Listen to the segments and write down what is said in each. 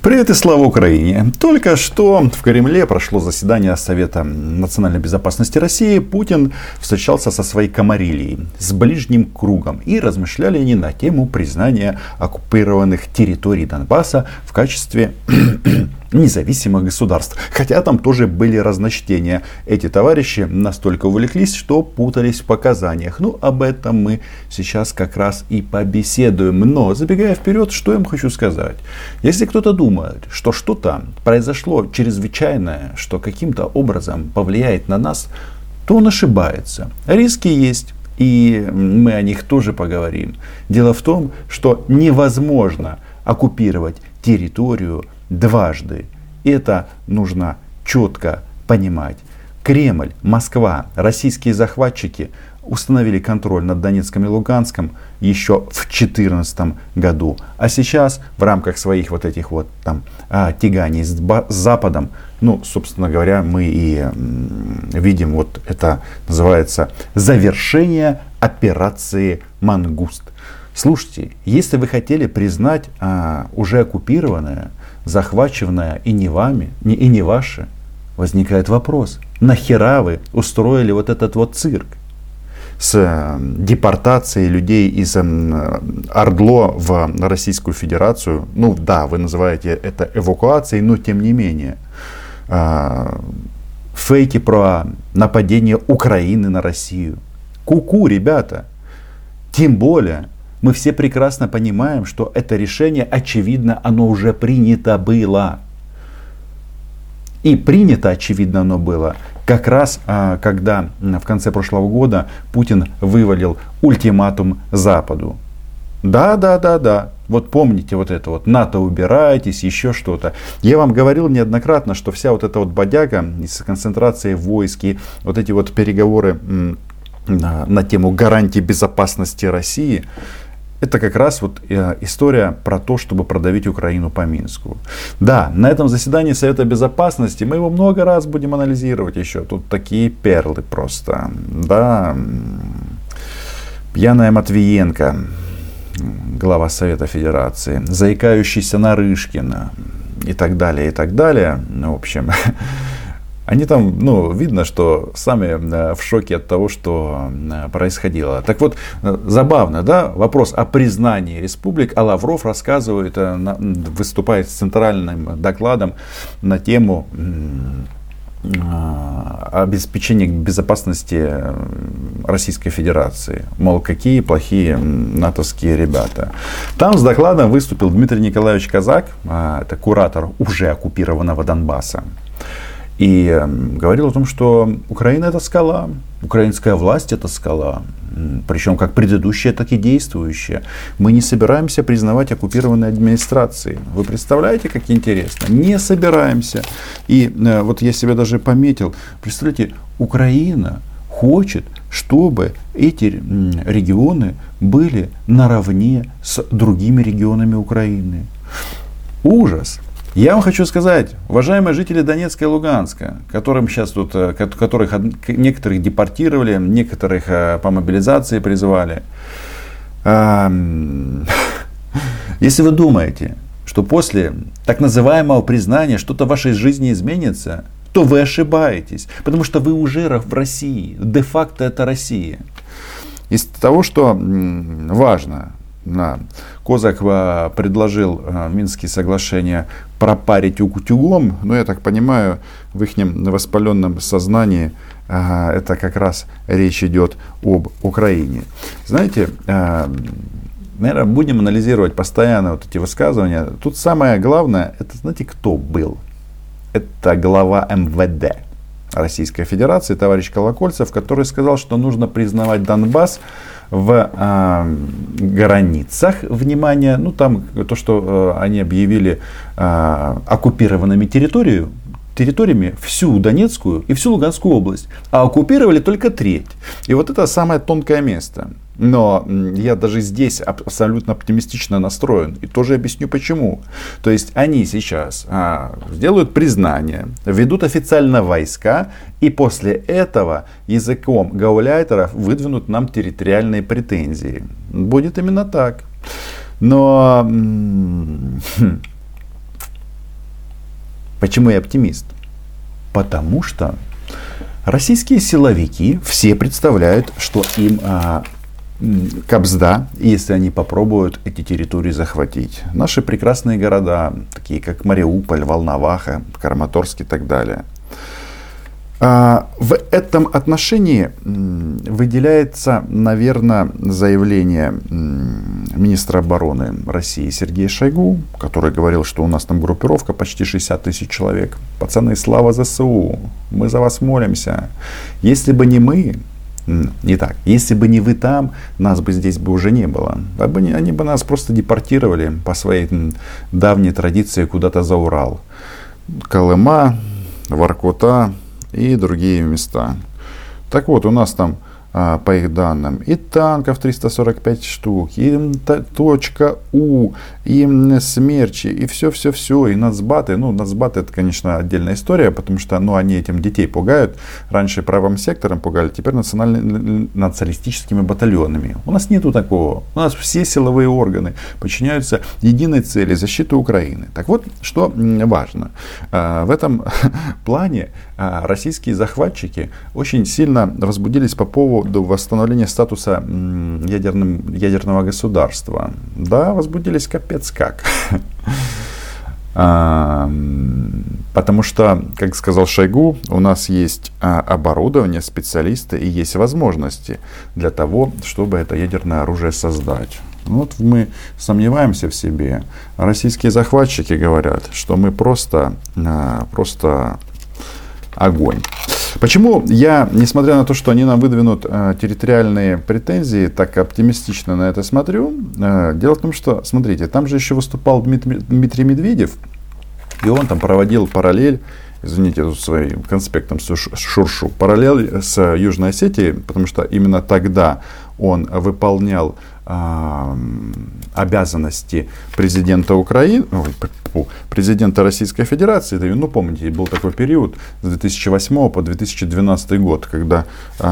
Привет и слава Украине! Только что в Кремле прошло заседание Совета национальной безопасности России. Путин встречался со своей камарильей, с ближним кругом. И размышляли они на тему признания оккупированных территорий Донбасса в качестве независимых государств. Хотя там тоже были разночтения. Эти товарищи настолько увлеклись, что путались в показаниях. Ну, об этом мы сейчас как раз и побеседуем. Но, забегая вперед, что я вам хочу сказать. Если кто-то думает, что что-то произошло чрезвычайное, что каким-то образом повлияет на нас, то он ошибается. Риски есть. И мы о них тоже поговорим. Дело в том, что невозможно оккупировать территорию дважды. Это нужно четко понимать. Кремль, Москва, российские захватчики установили контроль над Донецком и Луганском еще в 2014 году. А сейчас в рамках своих вот этих вот там тяганий с Западом, ну, собственно говоря, мы и видим, вот это называется завершение операции «Мангуст». Слушайте, если вы хотели признать уже оккупированное, захваченное и не вами, и не ваше, возникает вопрос, нахера вы устроили вот этот вот цирк с депортацией людей из ОРДЛО в Российскую Федерацию? Ну да, вы называете это эвакуацией, но тем не менее. Фейки про нападение Украины на Россию. Ку-ку, ребята. Тем более, мы все прекрасно понимаем, что это решение, очевидно, оно уже принято было. И принято, очевидно, оно было как раз, когда в конце прошлого года Путин вывалил ультиматум Западу. Да. Вот помните вот это вот, НАТО убирайтесь, еще что-то. Я вам говорил неоднократно, что вся вот эта вот бодяга с концентрацией войск и вот эти вот переговоры на тему гарантии безопасности России, это как раз вот история про то, чтобы продавить Украину по Минску. Да, на этом заседании Совета Безопасности мы его много раз будем анализировать еще. Тут такие перлы просто. Да, пьяная Матвиенко, глава Совета Федерации, заикающийся Нарышкин и так далее, и так далее. Ну, в общем, они там, ну, видно, что сами в шоке от того, что происходило. Так вот, забавно, да, вопрос о признании республик, а Лавров рассказывает, выступает с центральным докладом на тему обеспечения безопасности Российской Федерации. Мол, какие плохие натовские ребята. Там с докладом выступил Дмитрий Николаевич Казак, это куратор уже оккупированного Донбасса. И говорил о том, что Украина это скала, украинская власть это скала, причем как предыдущая, так и действующая. Мы не собираемся признавать оккупированные администрации. Вы представляете, как интересно? Не собираемся. И вот я себе даже пометил, представляете, Украина хочет, чтобы эти регионы были наравне с другими регионами Украины. Ужас! Я вам хочу сказать, уважаемые жители Донецка и Луганска, которых некоторых депортировали, некоторых по мобилизации призывали. Если вы думаете, что после так называемого признания что-то в вашей жизни изменится, то вы ошибаетесь. Потому что вы уже в России. Де-факто это Россия. Из того, что важно, Козак предложил Минские соглашения пропарить утюгом, но я так понимаю, в их воспаленном сознании это как раз речь идет об Украине. Знаете, наверное, будем анализировать постоянно вот эти высказывания. Тут самое главное, это знаете, кто был? Это глава МВД Российской Федерации, товарищ Колокольцев, который сказал, что нужно признавать Донбасс в границах, внимание, ну там то, что они объявили оккупированными территориями всю Донецкую и всю Луганскую область, а оккупировали только треть. И вот это самое тонкое место. Но я даже здесь абсолютно оптимистично настроен. И тоже объясню почему. То есть они сейчас сделают признание, ведут официально войска. И после этого языком гауляйтеров выдвинут нам территориальные претензии. Будет именно так. Но Почему я оптимист? Потому что российские силовики все представляют, что им кабзда, если они попробуют эти территории захватить. Наши прекрасные города, такие как Мариуполь, Волноваха, Краматорск и так далее. В этом отношении выделяется, наверное, заявление министра обороны России Сергея Шойгу, который говорил, что у нас там группировка почти 60 тысяч человек. Пацаны, слава ЗСУ, мы за вас молимся. Если бы не мы, не так, если бы не вы там, нас бы здесь бы уже не было. Они бы нас просто депортировали по своей давней традиции куда-то за Урал. Колыма, Воркута и другие места. Так вот, у нас там, по их данным, и танков 345 штук, и точка У, и смерчи, и все, и нацбаты. Ну, нацбаты это, конечно, отдельная история, потому что, они этим детей пугают. Раньше правым сектором пугали, теперь националистическими батальонами. У нас нету такого. У нас все силовые органы подчиняются единой цели — защиты Украины. Так вот, что важно. В этом плане российские захватчики очень сильно возбудились по поводу восстановления статуса ядерного государства. Да, возбудились капец как. Потому что, как сказал Шойгу, у нас есть оборудование, специалисты и есть возможности для того, чтобы это ядерное оружие создать. Вот мы сомневаемся в себе. Российские захватчики говорят, что мы просто огонь. Почему я, несмотря на то, что они нам выдвинут территориальные претензии, так оптимистично на это смотрю? Дело в том, что, смотрите, там же еще выступал Дмитрий Медведев, и он там проводил параллель, извините, тут своим конспектом шуршу, параллель с Южной Осетией, потому что именно тогда он выполнял обязанности президента Украины, президента Российской Федерации. Помните, был такой период с 2008 по 2012 год, когда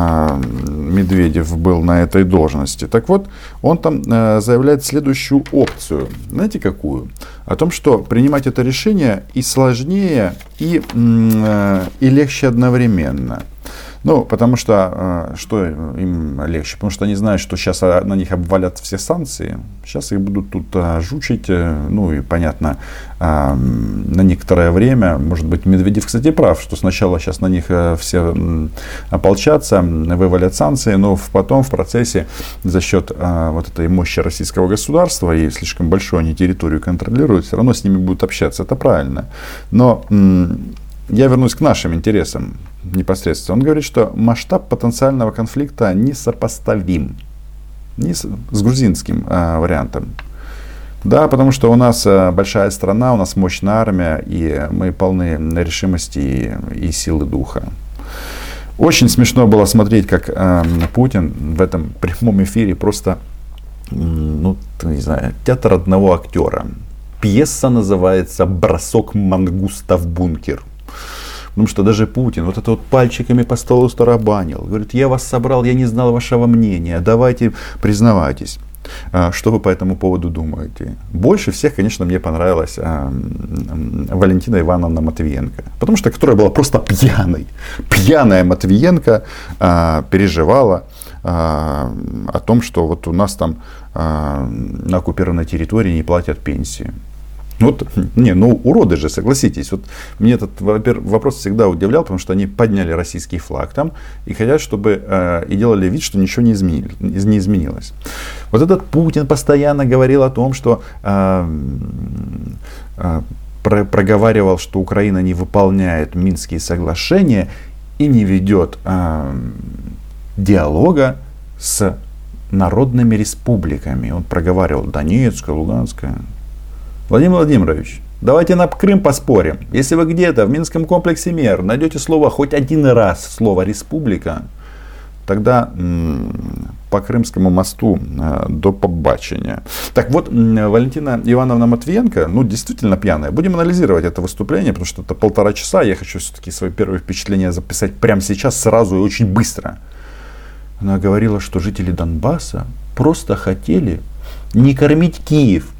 Медведев был на этой должности. Так вот, он там заявляет следующую опцию. Знаете какую? О том, что принимать это решение и сложнее, и легче одновременно. Потому что, что им легче? Потому что они знают, что сейчас на них обвалят все санкции. Сейчас их будут тут жучить. И понятно, на некоторое время, может быть, Медведев, кстати, прав, что сначала сейчас на них все ополчатся, вывалят санкции, но потом в процессе за счет вот этой мощи российского государства, и слишком большую они территорию контролируют, все равно с ними будут общаться. Это правильно. Но я вернусь к нашим интересам непосредственно. Он говорит, что масштаб потенциального конфликта несопоставим с грузинским вариантом. Да, потому что у нас большая страна, у нас мощная армия, и мы полны решимости и силы духа. Очень смешно было смотреть, как Путин в этом прямом эфире просто, не знаю, театр одного актера. Пьеса называется «Бросок мангуста в бункер». Потому что даже Путин вот это вот пальчиками по столу старабанил. Говорит, я вас собрал, я не знал вашего мнения. Давайте признавайтесь. Что вы по этому поводу думаете? Больше всех, конечно, мне понравилась Валентина Ивановна Матвиенко. Потому что которая была просто пьяной. Пьяная Матвиенко переживала о том, что вот у нас там на оккупированной территории не платят пенсии. Уроды же, согласитесь. Вот мне этот вопрос всегда удивлял, потому что они подняли российский флаг там и хотят, чтобы и делали вид, что ничего не изменилось. Вот этот Путин постоянно говорил о том, что проговаривал, что Украина не выполняет Минские соглашения и не ведет диалога с народными республиками. Он проговаривал Донецкая, Луганская. Владимир Владимирович, давайте на Крым поспорим. Если вы где-то в Минском комплексе мер найдете слово хоть один раз, слово «республика», тогда по Крымскому мосту до побачення. Так вот, Валентина Ивановна Матвиенко, действительно пьяная. Будем анализировать это выступление, потому что это 1,5 часа. Я хочу все-таки свои первые впечатления записать прямо сейчас, сразу и очень быстро. Она говорила, что жители Донбасса просто хотели не кормить Киев,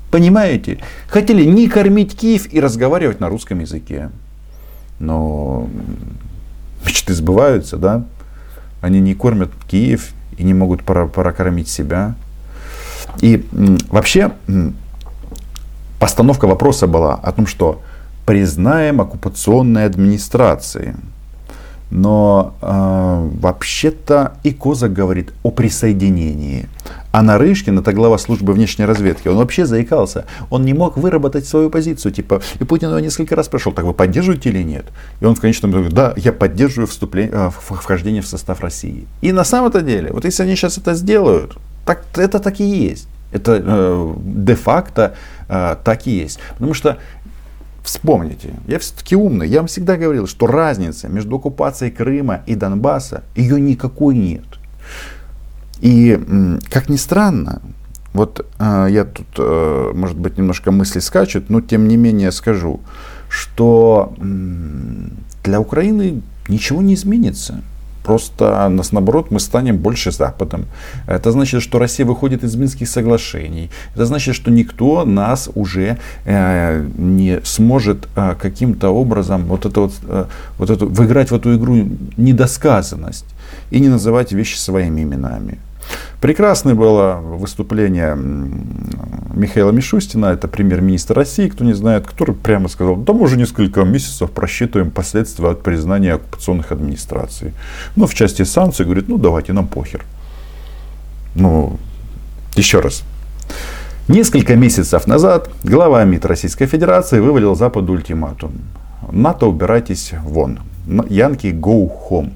Понимаете? Хотели не кормить Киев и разговаривать на русском языке. Но мечты сбываются, да? Они не кормят Киев и не могут прокормить себя. И вообще постановка вопроса была о том, что признаем оккупационные администрации. Но вообще-то и Козак говорит о присоединении. А Нарышкин, это глава службы внешней разведки, он вообще заикался. Он не мог выработать свою позицию. Типа, и Путин его несколько раз спрашивал, так вы поддерживаете или нет? И он в конечном итоге говорит, да, я поддерживаю вхождение в состав России. И на самом-то деле, вот если они сейчас это сделают, так, это так и есть. Это де-факто так и есть. Потому что вспомните, я все-таки умный, я вам всегда говорил, что разницы между оккупацией Крыма и Донбасса, ее никакой нет. И, как ни странно, вот я тут, может быть, немножко мысли скачут, но тем не менее скажу, что для Украины ничего не изменится. Просто нас, наоборот, мы станем больше Западом. Это значит, что Россия выходит из Минских соглашений. Это значит, что никто нас уже не сможет каким-то образом выиграть в эту игру недосказанность и не называть вещи своими именами. Прекрасное было выступление Михаила Мишустина, это премьер-министр России, кто не знает, который прямо сказал, да мы уже несколько месяцев просчитываем последствия от признания оккупационных администраций. Но в части санкций говорит, ну давайте, нам похер. Ну, еще раз. Несколько месяцев назад глава МИД Российской Федерации вывалил Западу ультиматум. НАТО, убирайтесь вон. Янки, go home.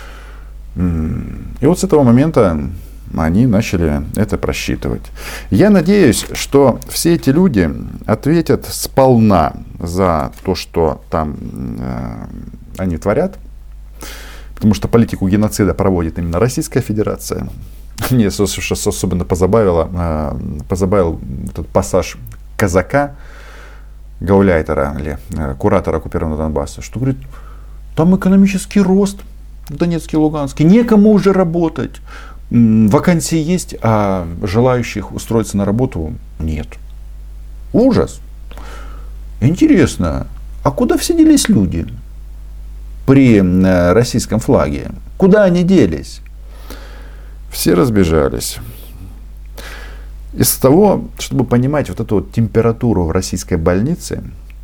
И вот с этого момента они начали это просчитывать. Я надеюсь, что все эти люди ответят сполна за то, что там они творят. Потому что политику геноцида проводит именно Российская Федерация. Мне особенно позабавил этот пассаж казака, гауляйтера, или куратора оккупированного Донбасса, что говорит, там экономический рост в Донецке и Луганске, некому уже работать. Вакансии есть, а желающих устроиться на работу нет. Ужас. Интересно, а куда все делись люди при российском флаге? Куда они делись? Все разбежались. Из того, чтобы понимать вот эту вот температуру в российской больнице,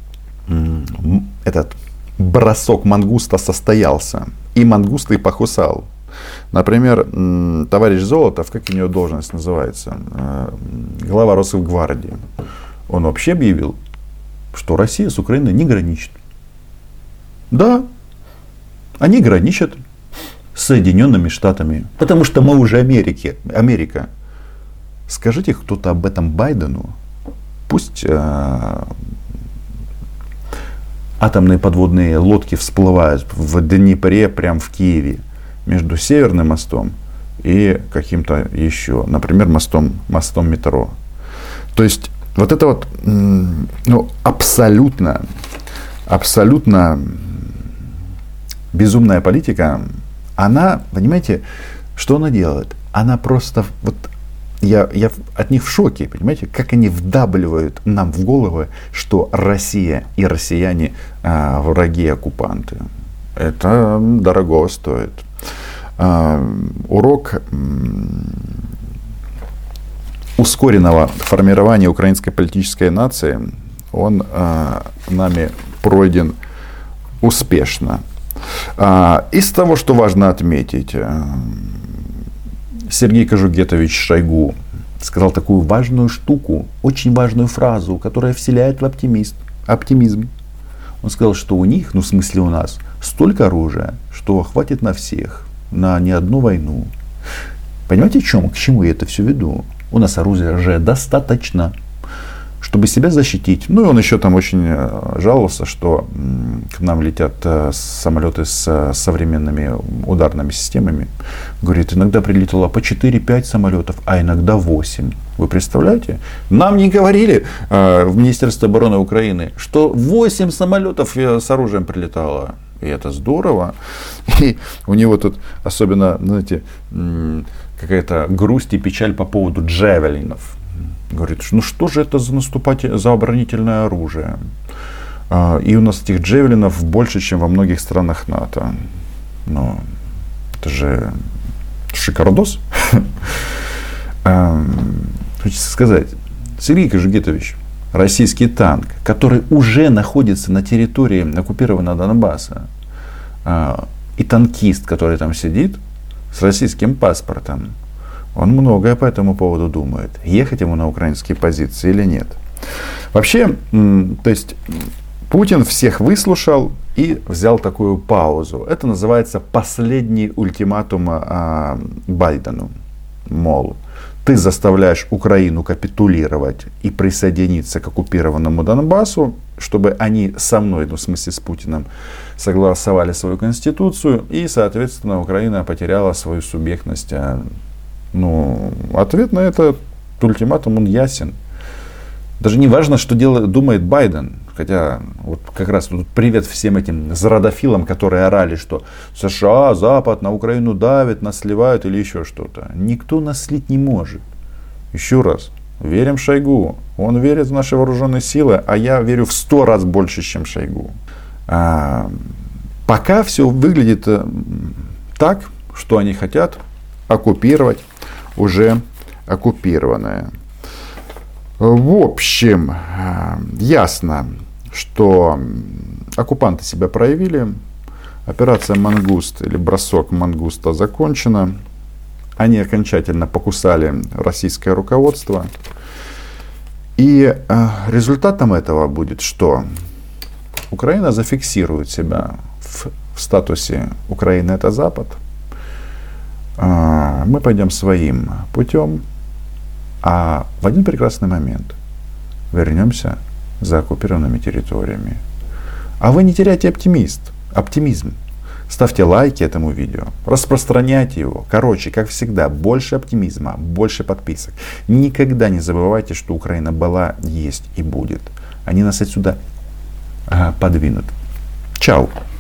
этот бросок мангуста состоялся. И мангуста и покусал. Например, товарищ Золотов, как у него должность называется, глава Росгвардии, он вообще объявил, что Россия с Украиной не граничит. Да, они граничат с Соединенными Штатами, потому что мы уже Америка. Скажите кто-то об этом Байдену, пусть атомные подводные лодки всплывают в Днепре, прямо в Киеве, между Северным мостом и каким-то еще, например, мостом метро. То есть, вот это вот абсолютно безумная политика, она, понимаете, что она делает? Она просто, вот я от них в шоке, понимаете, как они вдавливают нам в головы, что Россия и россияне враги оккупанты. Это дорого стоит. Урок ускоренного формирования украинской политической нации, он нами пройден успешно. Из того, что важно отметить, Сергей Кожугетович Шойгу сказал такую важную штуку, очень важную фразу, которая вселяет в оптимизм. Он сказал, что у них, в смысле у нас, столько оружия, что хватит на всех, на не одну войну. Понимаете, к чему я это все веду? У нас оружия достаточно, чтобы себя защитить. Ну и он еще там очень жаловался, что к нам летят самолеты с современными ударными системами. Говорит, иногда прилетело по 4-5 самолетов, а иногда 8. Вы представляете? Нам не говорили в Министерстве обороны Украины, что 8 самолетов с оружием прилетало. И это здорово. И у него тут особенно, знаете, какая-то грусть и печаль по поводу джавелинов. Говорит, ну что же это за оборонительное оружие? И у нас этих джевелинов больше, чем во многих странах НАТО. Но это же шикардос. Хочется сказать, Сергей Кожугетович, российский танк, который уже находится на территории оккупированного Донбасса, и танкист, который там сидит, с российским паспортом, он многое по этому поводу думает. Ехать ему на украинские позиции или нет. Вообще, то есть, Путин всех выслушал и взял такую паузу. Это называется последний ультиматум Байдену. Мол, ты заставляешь Украину капитулировать и присоединиться к оккупированному Донбассу, чтобы они со мной, ну, в смысле с Путиным, согласовали свою конституцию, и, соответственно, Украина потеряла свою субъектность. Ну, ответ на этот ультиматум, он ясен. Даже не важно, что думает Байден. Хотя, вот как раз тут привет всем этим зародофилам, которые орали, что США, Запад на Украину давит, нас сливают или еще что-то. Никто нас слить не может. Еще раз, верим Шойгу. Он верит в наши вооруженные силы, а я верю в 100 раз больше, чем Шойгу. Пока все выглядит так, что они хотят оккупировать уже оккупированное. В общем, ясно, что оккупанты себя проявили. Операция «Мангуст» или бросок «Мангуста» закончена. Они окончательно покусали российское руководство. И результатом этого будет, что Украина зафиксирует себя в статусе «Украина – это Запад». Мы пойдем своим путем. А в один прекрасный момент вернемся за оккупированными территориями. А вы не теряйте оптимизм. Ставьте лайки этому видео, распространяйте его. Короче, как всегда, больше оптимизма, больше подписок. Никогда не забывайте, что Украина была, есть и будет. Они нас отсюда подвинут. Чао!